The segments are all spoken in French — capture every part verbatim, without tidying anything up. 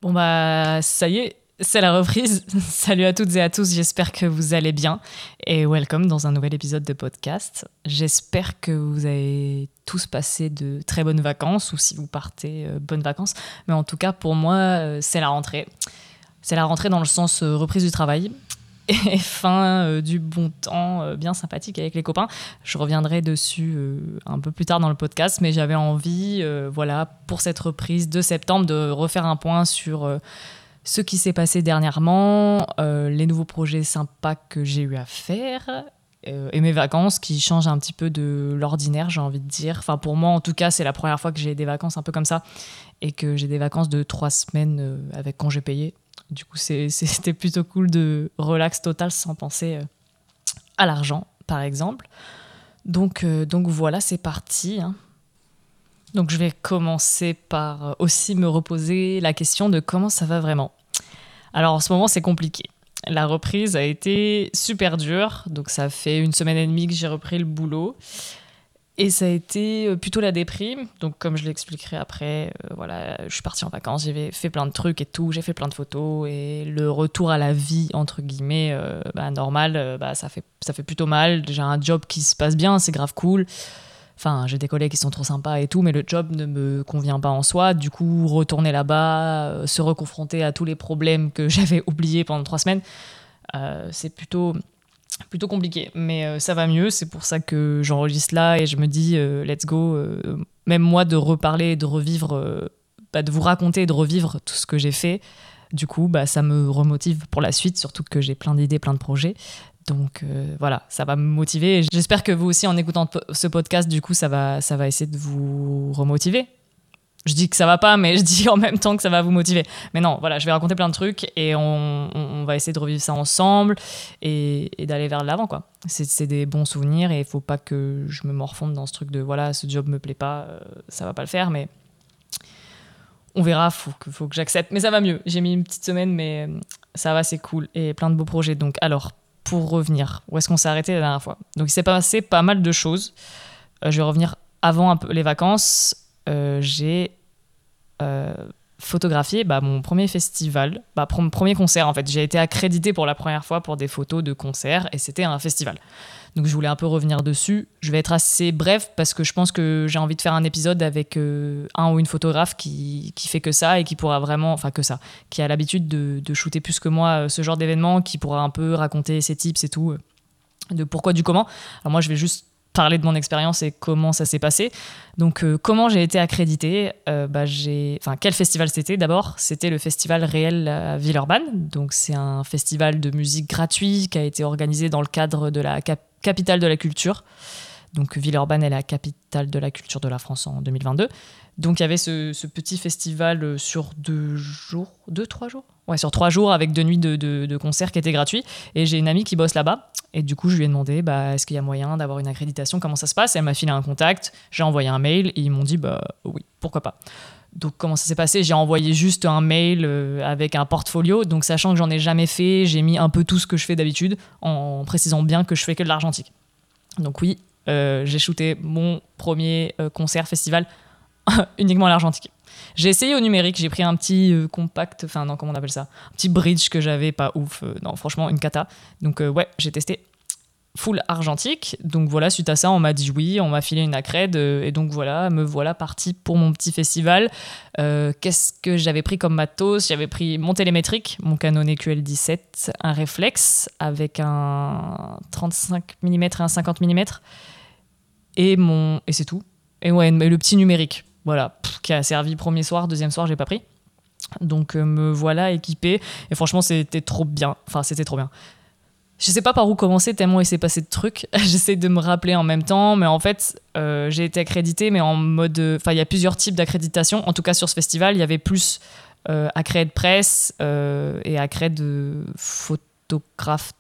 Bon bah ça y est, c'est la reprise. Salut à toutes et à tous, j'espère que vous allez bien et welcome dans un nouvel épisode de podcast. J'espère que vous avez tous passé de très bonnes vacances ou si vous partez, euh, bonnes vacances. Mais en tout cas pour moi, euh, c'est la rentrée. C'est la rentrée dans le sens euh, reprise du travail et fin euh, du bon temps euh, bien sympathique avec les copains. Je reviendrai dessus euh, un peu plus tard dans le podcast, mais j'avais envie, euh, voilà, pour cette reprise de septembre, de refaire un point sur euh, ce qui s'est passé dernièrement, euh, les nouveaux projets sympas que j'ai eu à faire euh, et mes vacances qui changent un petit peu de l'ordinaire, j'ai envie de dire. Enfin, pour moi, en tout cas, c'est la première fois que j'ai des vacances un peu comme ça et que j'ai des vacances de trois semaines euh, avec congé payé. Du coup, c'est, c'est, c'était plutôt cool de relax total sans penser euh, à l'argent, par exemple. Donc, euh, donc voilà, c'est parti. Hein. Donc je vais commencer par euh, aussi me reposer la question de comment ça va vraiment. Alors en ce moment, c'est compliqué. La reprise a été super dure. Donc ça fait une semaine et demie que j'ai repris le boulot. Et ça a été plutôt la déprime. Donc, comme je l'expliquerai après, euh, voilà, je suis partie en vacances, j'ai fait plein de trucs et tout, j'ai fait plein de photos. Et le retour à la vie, entre guillemets, euh, bah, normal, euh, bah, ça fait, ça fait plutôt mal. J'ai un job qui se passe bien, c'est grave cool. Enfin, j'ai des collègues qui sont trop sympas et tout, mais le job ne me convient pas en soi. Du coup, retourner là-bas, euh, se reconfronter à tous les problèmes que j'avais oubliés pendant trois semaines, euh, c'est plutôt... plutôt compliqué, mais euh, ça va mieux, c'est pour ça que j'enregistre là et je me dis euh, let's go, euh, même moi de reparler et de revivre, euh, bah, de vous raconter et de revivre tout ce que j'ai fait, du coup bah, ça me remotive pour la suite, surtout que j'ai plein d'idées, plein de projets, donc euh, voilà, ça va me motiver et j'espère que vous aussi en écoutant ce podcast, du coup ça va, ça va essayer de vous remotiver. Je dis que ça va pas, mais je dis en même temps que ça va vous motiver. Mais non, voilà, je vais raconter plein de trucs et on, on, on va essayer de revivre ça ensemble et, et d'aller vers l'avant, quoi. C'est, c'est des bons souvenirs et il faut pas que je me morfonde dans ce truc de voilà, ce job me plaît pas, euh, ça va pas le faire, mais on verra, faut que, faut que j'accepte. Mais ça va mieux. J'ai mis une petite semaine, mais ça va, c'est cool et plein de beaux projets. Donc, alors, pour revenir, où est-ce qu'on s'est arrêté la dernière fois ? Donc, il s'est passé pas mal de choses. Euh, je vais revenir avant un peu les vacances. Euh, j'ai euh, photographié bah, mon premier festival, bah, mon premier concert en fait. J'ai été accréditée pour la première fois pour des photos de concert et c'était un festival. Donc je voulais un peu revenir dessus. Je vais être assez bref parce que je pense que j'ai envie de faire un épisode avec euh, un ou une photographe qui, qui fait que ça et qui pourra vraiment, enfin que ça, qui a l'habitude de, de shooter plus que moi euh, ce genre d'événement, qui pourra un peu raconter ses tips et tout, euh, de pourquoi du comment. Alors moi je vais juste parler de mon expérience et comment ça s'est passé. Donc, euh, comment j'ai été accréditée euh, bah, j'ai... Enfin, quel festival c'était d'abord ? C'était le Festival Réel à Villeurbanne. Donc, c'est un festival de musique gratuit qui a été organisé dans le cadre de la cap- capitale de la culture. Donc, Villeurbanne est la capitale de la culture de la France en deux mille vingt-deux. Donc, il y avait ce, ce petit festival sur deux jours, deux, trois jours ? Ouais, sur trois jours avec deux nuits de, de, de concerts qui étaient gratuits. Et j'ai une amie qui bosse là-bas. Et du coup, je lui ai demandé, bah, est-ce qu'il y a moyen d'avoir une accréditation ? Comment ça se passe ? Elle m'a filé un contact, j'ai envoyé un mail et ils m'ont dit, bah oui, pourquoi pas. Donc, comment ça s'est passé ? J'ai envoyé juste un mail euh, avec un portfolio. Donc, sachant que j'en ai jamais fait, j'ai mis un peu tout ce que je fais d'habitude, en précisant bien que je fais que de l'argentique. Donc oui, euh, j'ai shooté mon premier euh, concert festival uniquement à l'argentique. J'ai essayé au numérique, j'ai pris un petit euh, compact, enfin non, comment on appelle ça ? Un petit bridge que j'avais, pas ouf, euh, non, franchement, une cata. Donc euh, ouais, j'ai testé full argentique. Donc voilà, suite à ça, on m'a dit oui, on m'a filé une accrède, euh, et donc voilà, me voilà partie pour mon petit festival. Euh, qu'est-ce que j'avais pris comme matos ? J'avais pris mon télémétrique, mon Canon E Q L dix-sept, un réflexe avec un trente-cinq millimètres et un cinquante millimètres, et, mon... et c'est tout. Et ouais, le petit numérique. Voilà, pff, qui a servi premier soir, deuxième soir, j'ai pas pris. Donc euh, me voilà équipée. Et franchement, c'était trop bien. Enfin, c'était trop bien. Je sais pas par où commencer, tellement il s'est passé de trucs. J'essaie de me rappeler en même temps. Mais en fait, euh, j'ai été accréditée, mais en mode... Enfin, il y a plusieurs types d'accréditation. En tout cas, sur ce festival, il y avait plus euh, accrède presse euh, et accrède de photographe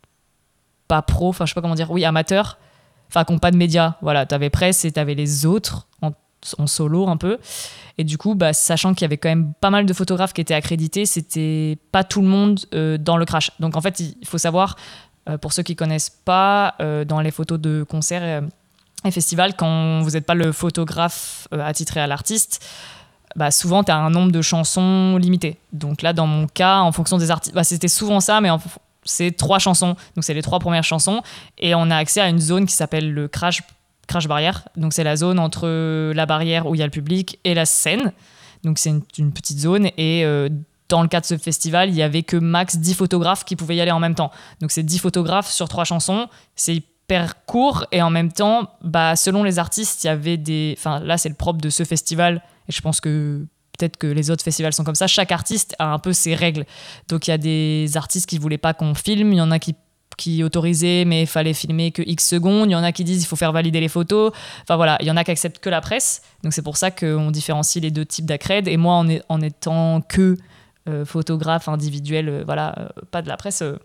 pas pro. Enfin, je sais pas comment dire. Oui, amateur. Enfin, qui n'ont pas de médias. Voilà, t'avais presse et t'avais les autres en en solo un peu, et du coup bah, sachant qu'il y avait quand même pas mal de photographes qui étaient accrédités, c'était pas tout le monde euh, dans le crash. Donc en fait il faut savoir, euh, pour ceux qui connaissent pas, euh, dans les photos de concerts euh, et festivals, quand vous n'êtes pas le photographe euh, attitré à l'artiste, bah, souvent, tu as un nombre de chansons limité. Donc là, dans mon cas, en fonction des artistes, bah, c'était souvent ça, mais en, c'est trois chansons. Donc, c'est les trois premières chansons. Et on a accès à une zone qui s'appelle le crash, crash barrière. Donc, c'est la zone entre la barrière où il y a le public et la scène. Donc, c'est une, une petite zone. Et euh, dans le cas de ce festival, il n'y avait que max dix photographes qui pouvaient y aller en même temps. Donc, c'est dix photographes sur trois chansons. C'est hyper court. Et en même temps, bah, selon les artistes, il y avait des... Enfin, là, c'est le propre de ce festival. Et je pense que peut-être que les autres festivals sont comme ça. Chaque artiste a un peu ses règles. Donc, il y a des artistes qui ne voulaient pas qu'on filme. Il y en a qui, qui autorisaient, mais il fallait filmer que X secondes. Il y en a qui disent qu'il faut faire valider les photos. Enfin, voilà. Il y en a qui acceptent que la presse. Donc, c'est pour ça qu'on différencie les deux types d'accrèdes. Et moi, en, est, en étant que euh, photographe individuel, euh, voilà, euh, pas de la presse, euh,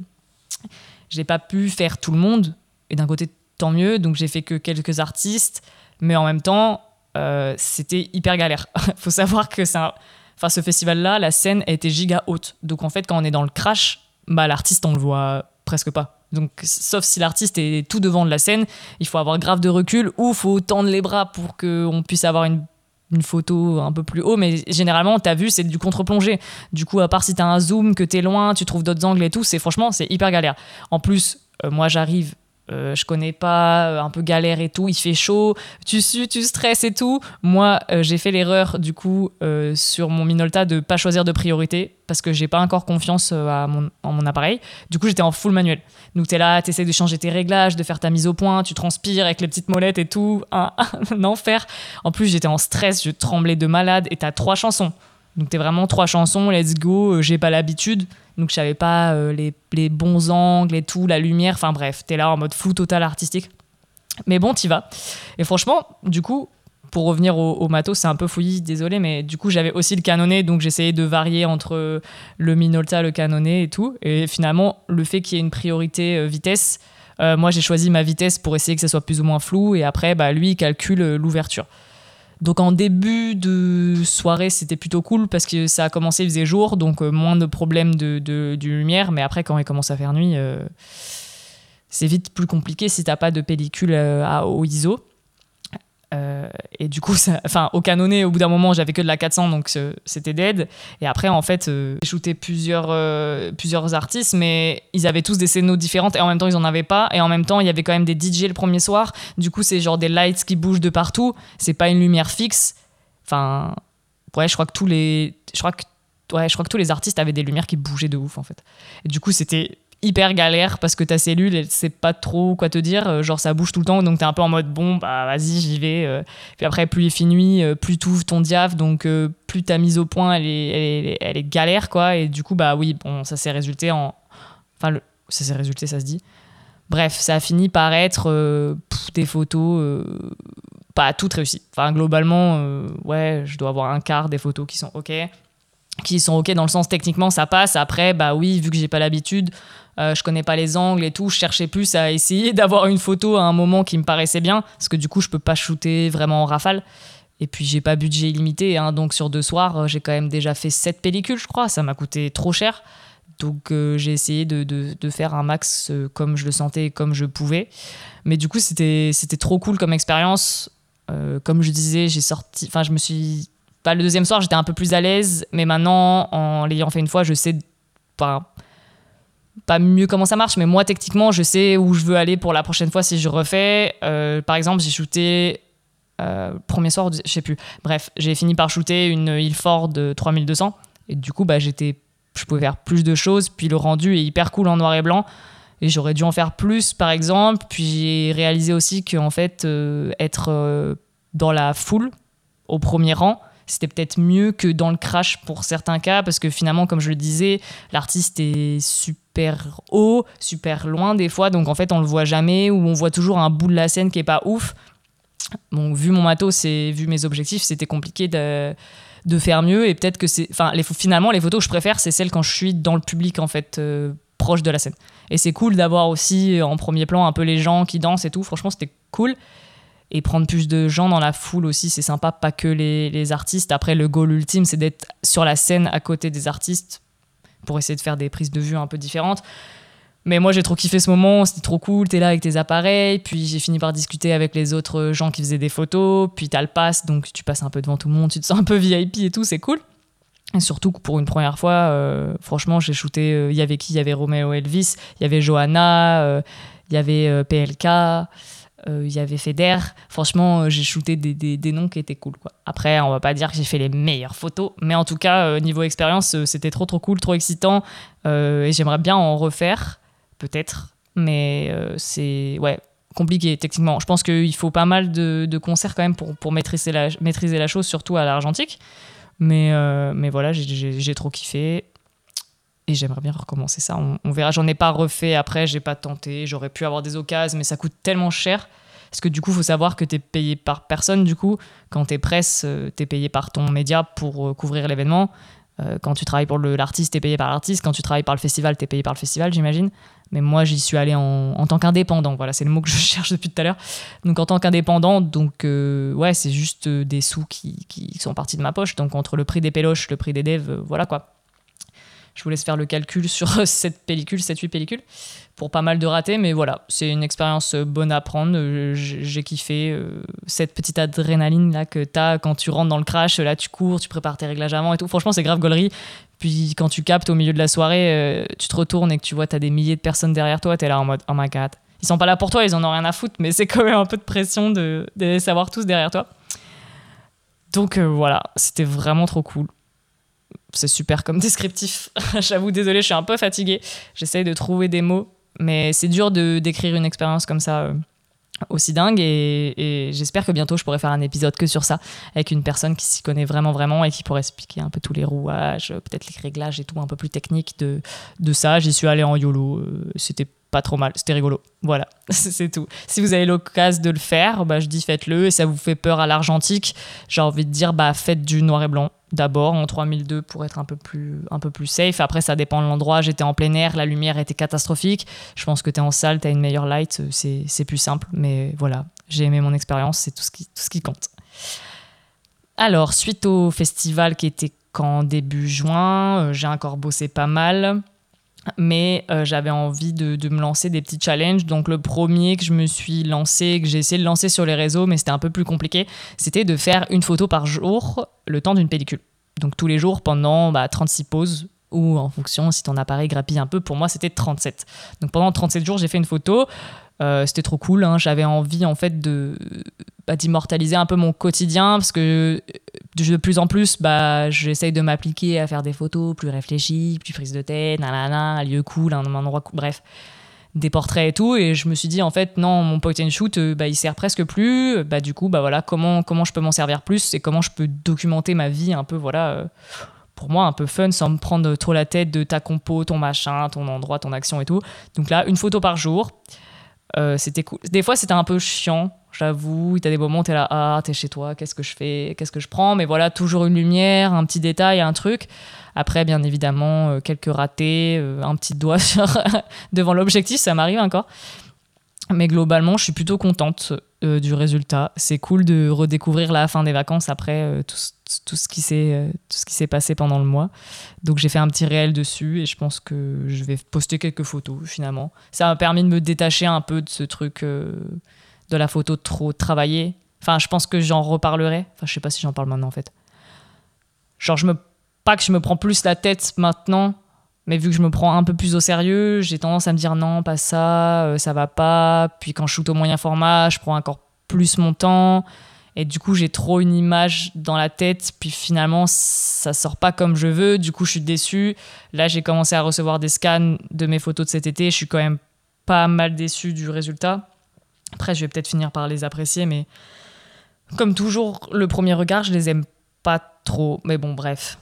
je n'ai pas pu faire tout le monde. Et d'un côté, tant mieux. Donc, j'ai fait que quelques artistes. Mais en même temps... Euh, c'était hyper galère. Faut savoir que c'est un... enfin, ce festival-là, la scène a été giga haute. Donc en fait, quand on est dans le crash, bah, l'artiste, on le voit presque pas. Donc, sauf si l'artiste est tout devant de la scène, il faut avoir grave de recul ou il faut tendre les bras pour qu'on puisse avoir une, une photo un peu plus haut. Mais généralement, t'as vu, c'est du contre-plongée. Du coup, à part si t'as un zoom, que t'es loin, tu trouves d'autres angles et tout, c'est, franchement, c'est hyper galère. En plus, euh, moi, j'arrive... Euh, je connais pas, euh, un peu galère et tout, il fait chaud, tu sues, tu stresses et tout. Moi, euh, j'ai fait l'erreur du coup euh, sur mon Minolta de pas choisir de priorité parce que j'ai pas encore confiance euh, à mon, en mon appareil. Du coup, j'étais en full manuel. Donc t'es là, t'essaies de changer tes réglages, de faire ta mise au point, tu transpires avec les petites molettes et tout, un, un enfer. En plus, j'étais en stress, je tremblais de malade et t'as trois chansons. Donc t'es vraiment trois chansons, let's go, euh, j'ai pas l'habitude. Donc je savais pas euh, les, les bons angles et tout, la lumière, enfin bref, t'es là en mode flou total artistique. Mais bon, t'y vas. Et franchement, du coup, pour revenir au, au matos, c'est un peu fouillis, désolé, mais du coup j'avais aussi le canonné, donc j'essayais de varier entre le Minolta, le canonné et tout. Et finalement, le fait qu'il y ait une priorité euh, vitesse, euh, moi j'ai choisi ma vitesse pour essayer que ça soit plus ou moins flou, et après, bah, lui, il calcule euh, l'ouverture. Donc en début de soirée, c'était plutôt cool parce que ça a commencé, il faisait jour, donc euh, moins de problèmes de, de, de lumière. Mais après, quand il commence à faire nuit, euh, c'est vite plus compliqué si t'as pas de pellicule euh, à haut I S O. Euh, et du coup, ça, enfin, au canonné, au bout d'un moment, j'avais que de la quatre cents, donc euh, c'était dead. Et après, en fait, euh, j'ai shooté plusieurs, euh, plusieurs artistes, mais ils avaient tous des scénos différentes et en même temps, ils en avaient pas. Et en même temps, il y avait quand même des D J le premier soir. Du coup, c'est genre des lights qui bougent de partout. C'est pas une lumière fixe. Enfin, ouais, je crois que tous les, je crois que, ouais, je crois que tous les artistes avaient des lumières qui bougeaient de ouf, en fait. Et du coup, c'était hyper galère parce que ta cellule, elle sait pas trop quoi te dire, genre ça bouge tout le temps, donc t'es un peu en mode bon bah vas-y j'y vais, puis après plus il fait nuit, plus t'ouvres ton diaph, donc plus ta mise au point elle est, elle est, elle est galère quoi, et du coup bah oui bon ça s'est résulté en, enfin le... ça s'est résulté ça se dit, bref ça a fini par être euh, pff, des photos euh, pas toutes réussies, enfin globalement euh, ouais je dois avoir un quart des photos qui sont ok, qui sont ok dans le sens techniquement ça passe, après bah oui vu que j'ai pas l'habitude, euh, je connais pas les angles et tout, je cherchais plus à essayer d'avoir une photo à un moment qui me paraissait bien parce que du coup je peux pas shooter vraiment en rafale et puis j'ai pas budget illimité hein, donc sur deux soirs j'ai quand même déjà fait sept pellicules je crois, ça m'a coûté trop cher, donc euh, j'ai essayé de, de, de faire un max euh, comme je le sentais, comme je pouvais, mais du coup c'était, c'était trop cool comme expérience, euh, comme je disais j'ai sorti, enfin je me suis Bah, le deuxième soir, j'étais un peu plus à l'aise, mais maintenant, en l'ayant fait une fois, je sais pas, pas mieux comment ça marche, mais moi, techniquement, je sais où je veux aller pour la prochaine fois si je refais. Euh, par exemple, j'ai shooté euh, premier soir, je sais plus. Bref, j'ai fini par shooter une Ilford de trois mille deux cents, et du coup, bah, j'étais, je pouvais faire plus de choses, puis le rendu est hyper cool en noir et blanc, et j'aurais dû en faire plus, par exemple. Puis j'ai réalisé aussi qu'en fait, euh, être euh, dans la foule, au premier rang, c'était peut-être mieux que dans le crash pour certains cas, parce que finalement, comme je le disais, l'artiste est super haut, super loin des fois, donc en fait, on le voit jamais, ou on voit toujours un bout de la scène qui est pas ouf. Bon, vu mon matos et vu mes objectifs, c'était compliqué de, de faire mieux, et peut-être que c'est... Enfin, les, finalement, les photos que je préfère, c'est celles quand je suis dans le public, en fait, euh, proche de la scène. Et c'est cool d'avoir aussi, en premier plan, un peu les gens qui dansent et tout. Franchement, c'était cool. Et prendre plus de gens dans la foule aussi, c'est sympa, pas que les, les artistes. Après, le goal ultime, c'est d'être sur la scène à côté des artistes pour essayer de faire des prises de vue un peu différentes. Mais moi, j'ai trop kiffé ce moment, c'était trop cool, t'es là avec tes appareils, puis j'ai fini par discuter avec les autres gens qui faisaient des photos, puis t'as le pass, donc tu passes un peu devant tout le monde, tu te sens un peu V I P et tout, c'est cool. Et surtout que pour une première fois, euh, franchement, j'ai shooté, il euh, y avait qui? Il y avait Romeo Elvis, il y avait Johanna, il euh, y avait euh, P L K, il euh, y avait Feder. Franchement, euh, j'ai shooté des, des, des noms qui étaient cool, quoi. Après, on va pas dire que j'ai fait les meilleures photos, mais en tout cas, euh, niveau expérience, euh, c'était trop trop cool, trop excitant, euh, et j'aimerais bien en refaire, peut-être, mais euh, c'est ouais, compliqué techniquement. Je pense qu'il faut pas mal de, de concerts quand même pour, pour maîtriser, la, maîtriser la chose, surtout à l'argentique. Mais, euh, mais voilà, j'ai, j'ai, j'ai trop kiffé et j'aimerais bien recommencer ça. On, on verra. J'en ai pas refait après, j'ai pas tenté. J'aurais pu avoir des occasions, mais ça coûte tellement cher. Parce que du coup, il faut savoir que tu es payé par personne. Du coup, quand tu es presse, tu es payé par ton média pour euh, couvrir l'événement. Euh, quand tu travailles pour le, l'artiste, tu es payé par l'artiste. Quand tu travailles par le festival, tu es payé par le festival, j'imagine. Mais moi, j'y suis allée en, en tant qu'indépendant. Voilà, c'est le mot que je cherche depuis tout à l'heure. Donc, en tant qu'indépendant, donc, euh, ouais, c'est juste des sous qui, qui sont partis de ma poche. Donc, entre le prix des péloches, le prix des devs, euh, voilà quoi. Je vous laisse faire le calcul sur cette pellicule, sept huit pellicules, pour pas mal de ratés. Mais voilà, c'est une expérience bonne à prendre. J'ai, j'ai kiffé euh, cette petite adrénaline là que t'as quand tu rentres dans le crash. Là, tu cours, tu prépares tes réglages avant et tout. Franchement, c'est grave gaulerie. Puis quand tu captes au milieu de la soirée, euh, tu te retournes et que tu vois t'as des milliers de personnes derrière toi, t'es là en mode oh my god. Ils sont pas là pour toi, ils en ont rien à foutre, mais c'est quand même un peu de pression de, de les savoir tous derrière toi. Donc euh, voilà, c'était vraiment trop cool. C'est super comme descriptif. J'avoue, désolée, je suis un peu fatiguée. J'essaye de trouver des mots, mais c'est dur de décrire une expérience comme ça euh, aussi dingue et, et j'espère que bientôt je pourrai faire un épisode que sur ça avec une personne qui s'y connaît vraiment vraiment et qui pourrait expliquer un peu tous les rouages, peut-être les réglages et tout un peu plus technique de, de ça. J'y suis allée en YOLO, euh, c'était pas trop mal, c'était rigolo, voilà. C'est tout. Si vous avez l'occasion de le faire, bah, je dis faites-le, et ça vous fait peur à l'argentique, j'ai envie de dire bah, faites du noir et blanc d'abord en trois mille deux pour être un peu plus, un peu plus safe. Après ça dépend de l'endroit, j'étais en plein air, la lumière était catastrophique, je pense que t'es en salle, t'as une meilleure light, c'est, c'est plus simple, mais voilà, j'ai aimé mon expérience, c'est tout ce qui, tout ce qui compte. Alors, suite au festival qui était qu'en début juin, euh, j'ai encore bossé pas mal, mais euh, j'avais envie de, de me lancer des petits challenges. Donc le premier que je me suis lancé, que j'ai essayé de lancer sur les réseaux, mais c'était un peu plus compliqué, c'était de faire une photo par jour le temps d'une pellicule. Donc tous les jours pendant bah, trente-six pauses, ou en fonction si ton appareil grappille un peu, pour moi c'était trente-sept. Donc pendant trente-sept jours j'ai fait une photo, euh, c'était trop cool, hein. J'avais envie en fait de, bah, d'immortaliser un peu mon quotidien, parce que de plus en plus bah, j'essaye de m'appliquer à faire des photos plus réfléchies, plus prises de tête, nanana, un lieu cool, un endroit cool, bref, des portraits et tout, et je me suis dit en fait non, mon point and shoot euh, bah, il sert presque plus, bah, du coup bah, voilà, comment, comment je peux m'en servir plus et comment je peux documenter ma vie un peu, voilà, euh, pour moi un peu fun, sans me prendre trop la tête de ta compo, ton machin, ton endroit, ton action et tout. Donc là, une photo par jour, euh, c'était cool. Des fois c'était un peu chiant, j'avoue, t'as des moments où t'es là, ah t'es chez toi, qu'est-ce que je fais, qu'est-ce que je prends, mais voilà, toujours une lumière, un petit détail, un truc. Après, bien évidemment, euh, quelques ratés, euh, un petit doigt sur devant l'objectif, ça m'arrive encore. Mais globalement, je suis plutôt contente euh, du résultat. C'est cool de redécouvrir la fin des vacances après euh, tout, tout, ce qui s'est, euh, tout ce qui s'est passé pendant le mois. Donc j'ai fait un petit réel dessus et je pense que je vais poster quelques photos finalement. Ça m'a permis de me détacher un peu de ce truc euh, de la photo trop travaillée. Enfin, je pense que j'en reparlerai. Enfin, je sais pas si j'en parle maintenant en fait. Genre, je me... pas que je me prends plus la tête maintenant, mais vu que je me prends un peu plus au sérieux, j'ai tendance à me dire non, pas ça, euh, ça va pas. Puis quand je shoot au moyen format, je prends encore plus mon temps. Et du coup, j'ai trop une image dans la tête. Puis finalement, ça sort pas comme je veux. Du coup, je suis déçue. Là, j'ai commencé à recevoir des scans de mes photos de cet été. Je suis quand même pas mal déçue du résultat. Après, je vais peut-être finir par les apprécier. Mais comme toujours, le premier regard, je les aime pas trop. Mais bon, bref.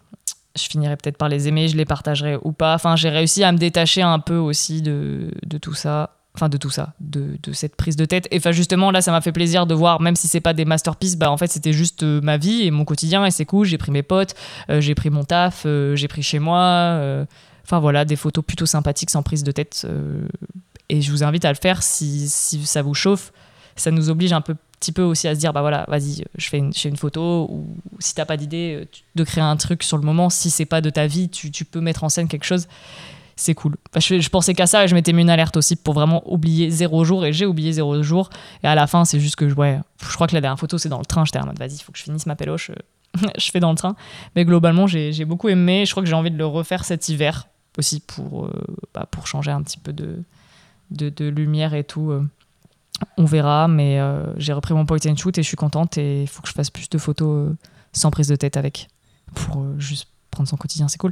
Je finirai peut-être par les aimer, je les partagerai ou pas. Enfin, j'ai réussi à me détacher un peu aussi de, de tout ça. Enfin, de tout ça, de, de cette prise de tête. Et enfin, justement, là, ça m'a fait plaisir de voir, même si c'est pas des masterpieces, bah, en fait, c'était juste euh, ma vie et mon quotidien, et c'est cool. J'ai pris mes potes, euh, j'ai pris mon taf, euh, j'ai pris chez moi. Euh, enfin, voilà, des photos plutôt sympathiques, sans prise de tête. Euh, et je vous invite à le faire si, si ça vous chauffe. Ça nous oblige un peu petit peu aussi à se dire bah voilà, vas-y, je fais une, je fais une photo, ou si t'as pas d'idée de créer un truc sur le moment, si c'est pas de ta vie, tu, tu peux mettre en scène quelque chose. c'est cool. Enfin, je, je pensais qu'à ça et je m'étais mis une alerte aussi pour vraiment oublier zéro jour et j'ai oublié zéro jour. Et à la fin, c'est juste que ouais, je crois que la dernière photo, c'est dans le train. J'étais en mode, vas-y, il faut que je finisse ma péloche. Je fais dans le train. Mais globalement, j'ai, j'ai beaucoup aimé. Je crois que j'ai envie de le refaire cet hiver aussi pour, euh, bah, pour changer un petit peu de, de, de lumière et tout. Euh, on verra, mais euh, j'ai repris mon point and shoot et je suis contente et il faut que je fasse plus de photos euh, sans prise de tête avec pour euh, juste prendre son quotidien, c'est cool.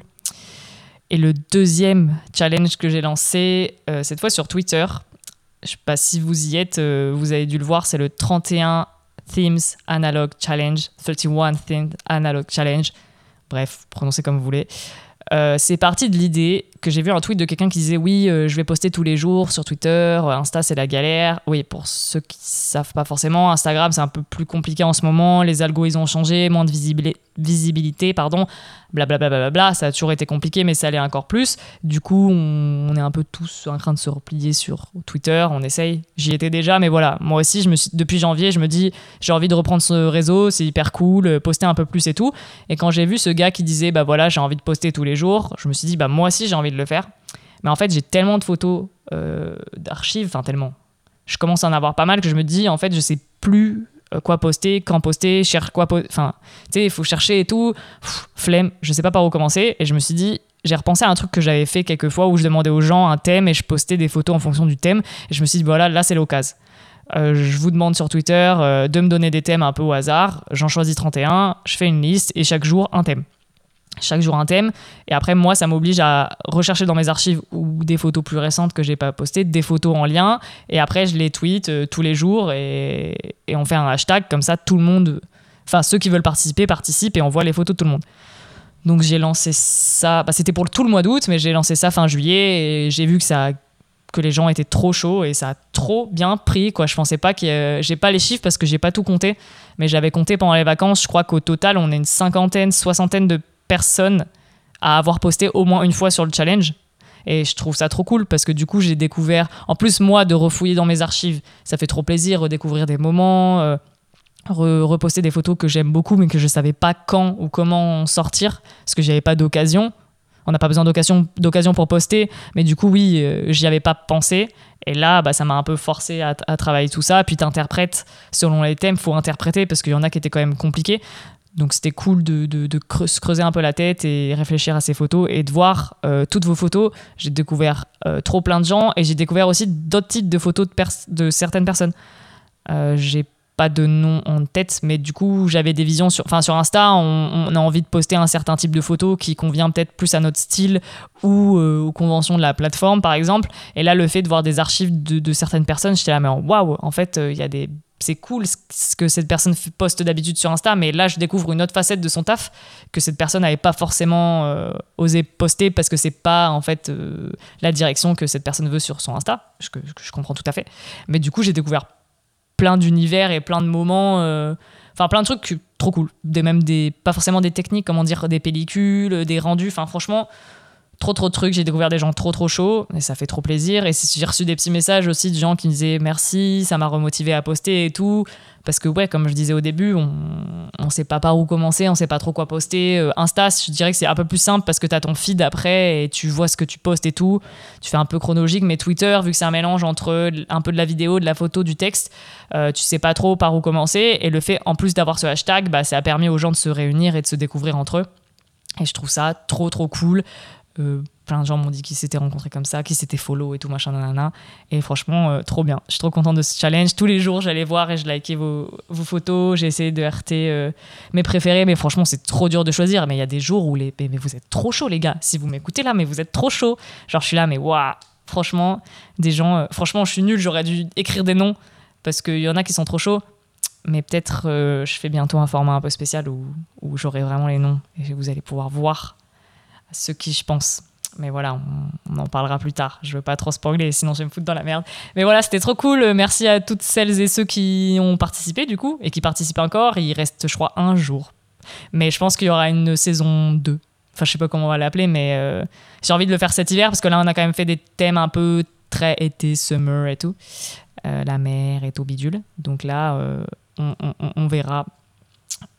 Et le deuxième challenge que j'ai lancé, euh, cette fois sur Twitter, je sais pas si vous y êtes, euh, vous avez dû le voir, c'est le trente et un Themes Analog Challenge, trente et un Themes Analog Challenge, bref, prononcez comme vous voulez. Euh, c'est parti de l'idée que j'ai vu un tweet de quelqu'un qui disait oui, euh, je vais poster tous les jours sur Twitter, Insta c'est la galère. Oui, pour ceux qui savent pas forcément, Instagram c'est un peu plus compliqué en ce moment, les algos ils ont changé, moins de visibili- visibilité, pardon, blablabla, bla bla bla, ça a toujours été compliqué mais ça l'est encore plus. Du coup, on, on est un peu tous en train de se replier sur Twitter, on essaye. J'y étais déjà, mais voilà, moi aussi, je me suis, depuis janvier, je me dis j'ai envie de reprendre ce réseau, c'est hyper cool, poster un peu plus et tout. Et quand j'ai vu ce gars qui disait bah voilà, j'ai envie de poster tous les jours, je me suis dit bah moi aussi j'ai envie de le faire. Mais en fait, j'ai tellement de photos euh, d'archives, enfin tellement. Je commence à en avoir pas mal que je me dis en fait, je sais plus quoi poster, quand poster, cherche quoi poster. Enfin, tu sais, il faut chercher et tout. Pff, flemme, je sais pas par où commencer. Et je me suis dit, j'ai repensé à un truc que j'avais fait quelques fois où je demandais aux gens un thème et je postais des photos en fonction du thème. Et je me suis dit, voilà, là, c'est l'occasion. Euh, je vous demande sur Twitter euh, de me donner des thèmes un peu au hasard. J'en choisis trente et un, je fais une liste et chaque jour, un thème. Chaque jour un thème, et après moi ça m'oblige à rechercher dans mes archives ou des photos plus récentes que j'ai pas postées, des photos en lien, et après je les tweet euh, tous les jours et, et on fait un hashtag, comme ça tout le monde, enfin ceux qui veulent participer participent et on voit les photos de tout le monde. Donc j'ai lancé ça, bah, c'était pour tout le mois d'août, mais j'ai lancé ça fin juillet et j'ai vu que ça que les gens étaient trop chauds et ça a trop bien pris quoi. Je pensais pas que euh, j'ai pas les chiffres parce que j'ai pas tout compté, mais j'avais compté pendant les vacances. Je crois qu'au total on est une cinquantaine, soixantaine de personnes à avoir posté au moins une fois sur le challenge et je trouve ça trop cool parce que du coup j'ai découvert, en plus moi de refouiller dans mes archives ça fait trop plaisir, redécouvrir des moments, euh, re- reposter des photos que j'aime beaucoup mais que je savais pas quand ou comment sortir parce que j'avais pas d'occasion. On n'a pas besoin d'occasion, d'occasion pour poster, mais du coup oui euh, j'y avais pas pensé et là bah, ça m'a un peu forcé à, à travailler tout ça, puis t'interprètes selon les thèmes, faut interpréter parce qu'il y en a qui étaient quand même compliqués. Donc c'était cool de, de, de se creuser un peu la tête et réfléchir à ces photos et de voir euh, toutes vos photos. J'ai découvert euh, trop plein de gens et j'ai découvert aussi d'autres types de photos de, pers- de certaines personnes. Euh, j'ai pas de nom en tête, mais du coup j'avais des visions sur, enfin sur Insta, on, on a envie de poster un certain type de photo qui convient peut-être plus à notre style ou euh, aux conventions de la plateforme par exemple. Et là le fait de voir des archives de, de certaines personnes, j'étais là mais waouh, en fait il euh, y a des c'est cool ce que cette personne poste d'habitude sur Insta, mais là je découvre une autre facette de son taf que cette personne n'avait pas forcément euh, osé poster parce que c'est pas en fait euh, la direction que cette personne veut sur son Insta, ce que, que je comprends tout à fait. Mais du coup j'ai découvert plein d'univers et plein de moments, euh, enfin plein de trucs trop cool, des, même des, pas forcément des techniques, comment dire, des pellicules, des rendus, enfin franchement trop trop de trucs, j'ai découvert des gens trop trop chauds et ça fait trop plaisir. Et j'ai reçu des petits messages aussi de gens qui me disaient merci, ça m'a remotivé à poster et tout, parce que ouais, comme je disais au début, on, on sait pas par où commencer, on sait pas trop quoi poster. euh, Insta, je dirais que c'est un peu plus simple parce que t'as ton feed après et tu vois ce que tu postes et tout, tu fais un peu chronologique. Mais Twitter, vu que c'est un mélange entre un peu de la vidéo, de la photo, du texte, euh, tu sais pas trop par où commencer. Et le fait en plus d'avoir ce hashtag, bah, ça a permis aux gens de se réunir et de se découvrir entre eux, et je trouve ça trop trop cool. Euh, plein de gens m'ont dit qu'ils s'étaient rencontrés comme ça, qu'ils s'étaient follow et tout machin nanana, et franchement euh, trop bien, je suis trop contente de ce challenge. Tous les jours j'allais voir et je likais vos, vos photos, j'ai essayé de R T euh, mes préférés, mais franchement c'est trop dur de choisir. Mais il y a des jours où les mais, mais vous êtes trop chaud les gars, si vous m'écoutez là, mais vous êtes trop chaud, genre je suis là mais waouh, franchement des gens euh, franchement je suis nulle, j'aurais dû écrire des noms parce qu'il y en a qui sont trop chauds. Mais peut-être euh, je fais bientôt un format un peu spécial où, où j'aurai vraiment les noms et vous allez pouvoir voir ce qui je pense. Mais voilà, on, on en parlera plus tard. Je veux pas trop spoiler, sinon je vais me foutre dans la merde. Mais voilà, c'était trop cool. Merci à toutes celles et ceux qui ont participé du coup et qui participent encore. Il reste, je crois, un jour. Mais je pense qu'il y aura une saison deux. Enfin, je sais pas comment on va l'appeler, mais euh, j'ai envie de le faire cet hiver parce que là, on a quand même fait des thèmes un peu très été, summer et tout. Euh, la mer et tout bidule. Donc là, euh, on, on, on verra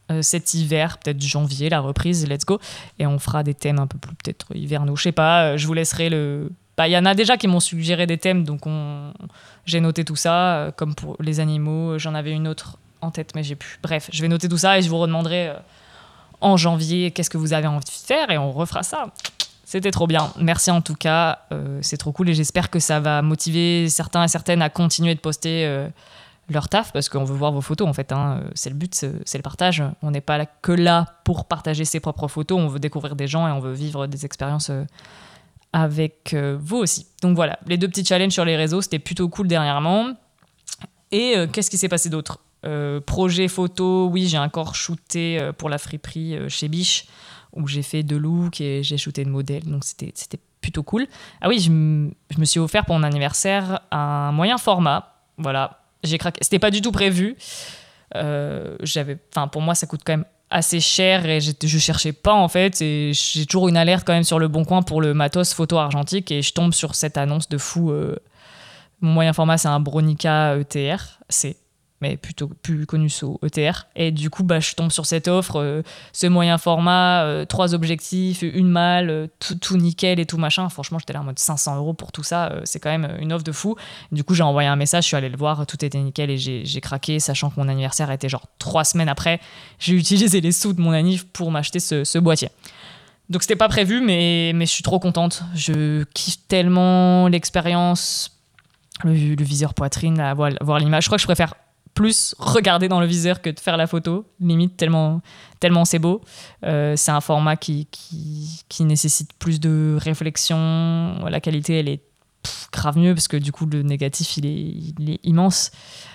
euh, cet hiver, peut-être janvier, la reprise, let's go. Et on fera des thèmes un peu plus peut-être hivernaux. Je sais pas, euh, je vous laisserai le... Bah, il y en a déjà qui m'ont suggéré des thèmes, donc on... j'ai noté tout ça, euh, comme pour les animaux. J'en avais une autre en tête, mais j'ai plus. Bref, je vais noter tout ça et je vous redemanderai euh, en janvier qu'est-ce que vous avez envie de faire et on refera ça. C'était trop bien. Merci en tout cas. Euh, c'est trop cool et j'espère que ça va motiver certains et certaines à continuer de poster euh, leur taf parce qu'on veut voir vos photos en fait. Hein. C'est le but, c'est, c'est le partage. On n'est pas là, que là pour partager ses propres photos. On veut découvrir des gens et on veut vivre des expériences euh, avec euh, vous aussi. Donc voilà, les deux petits challenges sur les réseaux, c'était plutôt cool dernièrement. Et euh, qu'est-ce qui s'est passé d'autre ? euh, Projet photo, oui, j'ai encore shooté euh, pour la friperie euh, chez Biche, où j'ai fait deux looks et j'ai shooté une modèle, donc c'était, c'était plutôt cool. Ah oui, je, m- je me suis offert pour mon anniversaire un moyen format, voilà, j'ai craqué. C'était pas du tout prévu, euh, j'avais, enfin pour moi ça coûte quand même assez cher et je cherchais pas en fait et j'ai toujours une alerte quand même sur le Bon Coin pour le matos photo argentique et je tombe sur cette annonce de fou. Euh, mon moyen format c'est un Bronica E T R, c'est mais plutôt plus connu sous E T R et du coup bah je tombe sur cette offre, euh, ce moyen format, euh, trois objectifs, une malle, euh, tout, tout nickel et tout machin. Franchement j'étais là en mode cinq cents euros pour tout ça, euh, c'est quand même une offre de fou. Du coup j'ai envoyé un message, je suis allée le voir, tout était nickel et j'ai, j'ai craqué, sachant que mon anniversaire était genre trois semaines après. J'ai utilisé les sous de mon anniv pour m'acheter ce, ce boîtier. Donc c'était pas prévu mais, mais je suis trop contente, je kiffe tellement l'expérience, le, le viseur poitrine, là, voir, voir l'image. Je crois que je préfère plus regarder dans le viseur que de faire la photo, limite, tellement, tellement c'est beau. Euh, c'est un format qui, qui, qui nécessite plus de réflexion. La qualité, elle est pff, grave mieux, parce que du coup, le négatif, il est, il est immense.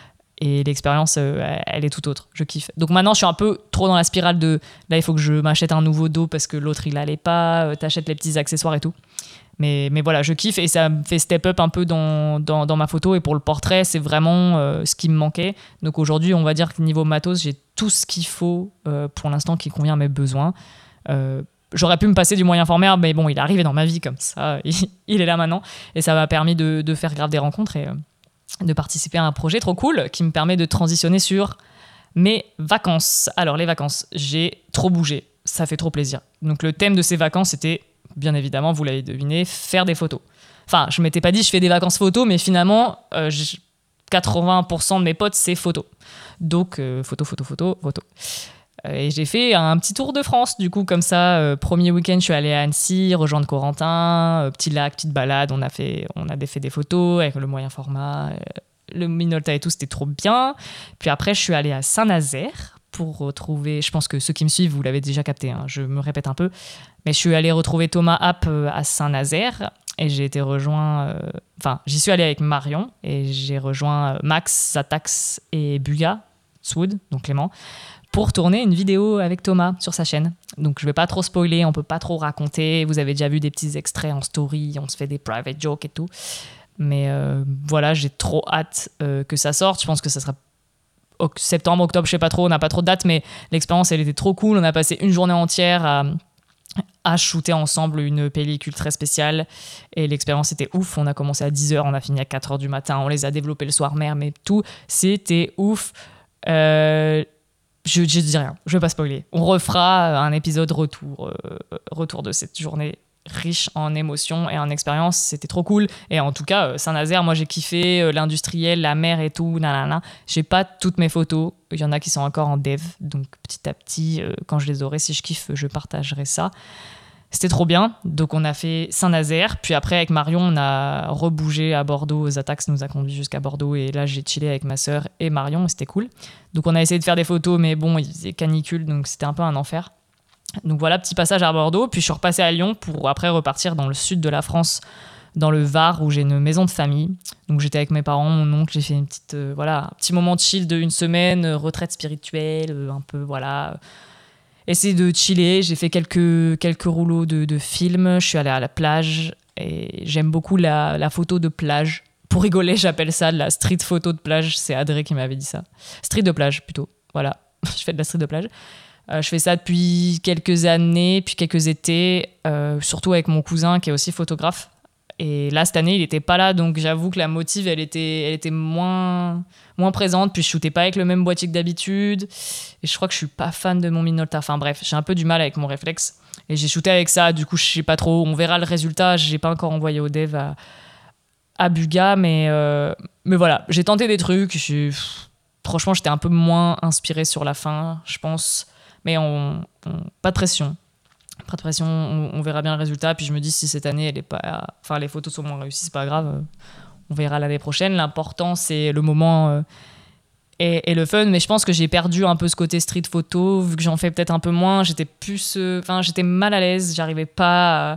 Et l'expérience, euh, elle est tout autre. Je kiffe. Donc maintenant, je suis un peu trop dans la spirale de... Là, il faut que je m'achète un nouveau dos, parce que l'autre, il allait pas. Euh, t'achètes les petits accessoires et tout. Mais, mais voilà, je kiffe et ça me fait step up un peu dans, dans, dans ma photo. Et pour le portrait, c'est vraiment euh, ce qui me manquait. Donc aujourd'hui, on va dire que niveau matos, j'ai tout ce qu'il faut euh, pour l'instant qui convient à mes besoins. Euh, j'aurais pu me passer du moyen format, mais bon, il est arrivé dans ma vie comme ça. Il, il est là maintenant. Et ça m'a permis de, de faire grave des rencontres et euh, de participer à un projet trop cool qui me permet de transitionner sur mes vacances. Alors, les vacances, j'ai trop bougé. Ça fait trop plaisir. Donc le thème de ces vacances, c'était... bien évidemment, vous l'avez deviné, faire des photos. Enfin, je m'étais pas dit je fais des vacances photos, mais finalement, euh, quatre-vingts pour cent de mes potes, c'est photo. Donc, euh, photo, photo, photo, photo. Euh, et j'ai fait un petit tour de France, du coup, comme ça. Euh, premier week-end, je suis allée à Annecy, rejoindre Corentin, euh, petit lac, petite balade. On a, fait, on a fait des photos avec le moyen format, euh, le Minolta et tout, c'était trop bien. Puis après, je suis allée à Saint-Nazaire pour retrouver, je pense que ceux qui me suivent, vous l'avez déjà capté, hein, je me répète un peu, mais je suis allée retrouver Thomas App à Saint-Nazaire et j'ai été rejoint, euh, enfin, j'y suis allée avec Marion et j'ai rejoint Max, Zatax et Buga, Swood, donc Clément, pour tourner une vidéo avec Thomas sur sa chaîne. Donc je vais pas trop spoiler, on peut pas trop raconter, vous avez déjà vu des petits extraits en story, on se fait des private jokes et tout, mais euh, voilà, j'ai trop hâte euh, que ça sorte. Je pense que ça sera septembre, octobre, je sais pas trop, on n'a pas trop de dates, mais l'expérience, elle était trop cool. On a passé une journée entière à, à shooter ensemble une pellicule très spéciale et l'expérience était ouf. On a commencé à dix heures, on a fini à quatre heures du matin, on les a développés le soir même, mais tout, c'était ouf. Euh, je, je dis rien, je vais pas spoiler. On refera un épisode retour, euh, retour de cette journée riche en émotions et en expériences, c'était trop cool. Et en tout cas, Saint-Nazaire, moi j'ai kiffé euh, l'industriel, la mer et tout, nanana. J'ai pas toutes mes photos, il y en a qui sont encore en dev, donc petit à petit, euh, quand je les aurai, si je kiffe, je partagerai ça. C'était trop bien, donc on a fait Saint-Nazaire, puis après avec Marion, on a rebougé à Bordeaux, Zatax nous a conduit jusqu'à Bordeaux, et là j'ai chillé avec ma sœur et Marion, et c'était cool. Donc on a essayé de faire des photos, mais bon, il faisait canicule, donc c'était un peu un enfer. Donc voilà, petit passage à Bordeaux, puis je suis repassée à Lyon pour après repartir dans le sud de la France, dans le Var, où j'ai une maison de famille. Donc j'étais avec mes parents, mon oncle, j'ai fait une petite, euh, voilà, un petit moment de chill de une semaine, euh, retraite spirituelle, euh, un peu, voilà, essayer de chiller. J'ai fait quelques, quelques rouleaux de, de films, je suis allée à la plage, et j'aime beaucoup la, la photo de plage. Pour rigoler, j'appelle ça de la street photo de plage, c'est Adré qui m'avait dit ça. Street de plage, plutôt, voilà, je fais de la street de plage. Euh, je fais ça depuis quelques années, puis quelques étés, euh, surtout avec mon cousin qui est aussi photographe. Et là, cette année, il était pas là, donc j'avoue que la motive, elle était, elle était moins, moins présente. Puis je shootais pas avec le même boîtier que d'habitude. Et je crois que je suis pas fan de mon Minolta. Enfin bref, j'ai un peu du mal avec mon réflexe. Et j'ai shooté avec ça, du coup, je sais pas trop. On verra le résultat. J'ai pas encore envoyé au dev à, à Buga, mais, euh, mais voilà, j'ai tenté des trucs. J'ai, franchement, j'étais un peu moins inspirée sur la fin, je pense. Mais on, on, pas de pression. Pas de pression, on, on verra bien le résultat. Puis je me dis, si cette année, elle est pas, enfin, les photos sont moins réussies, c'est pas grave. On verra l'année prochaine. L'important, c'est le moment euh, et, et le fun. Mais je pense que j'ai perdu un peu ce côté street photo, vu que j'en fais peut-être un peu moins. J'étais plus, enfin, euh, j'étais mal à l'aise. J'arrivais pas à,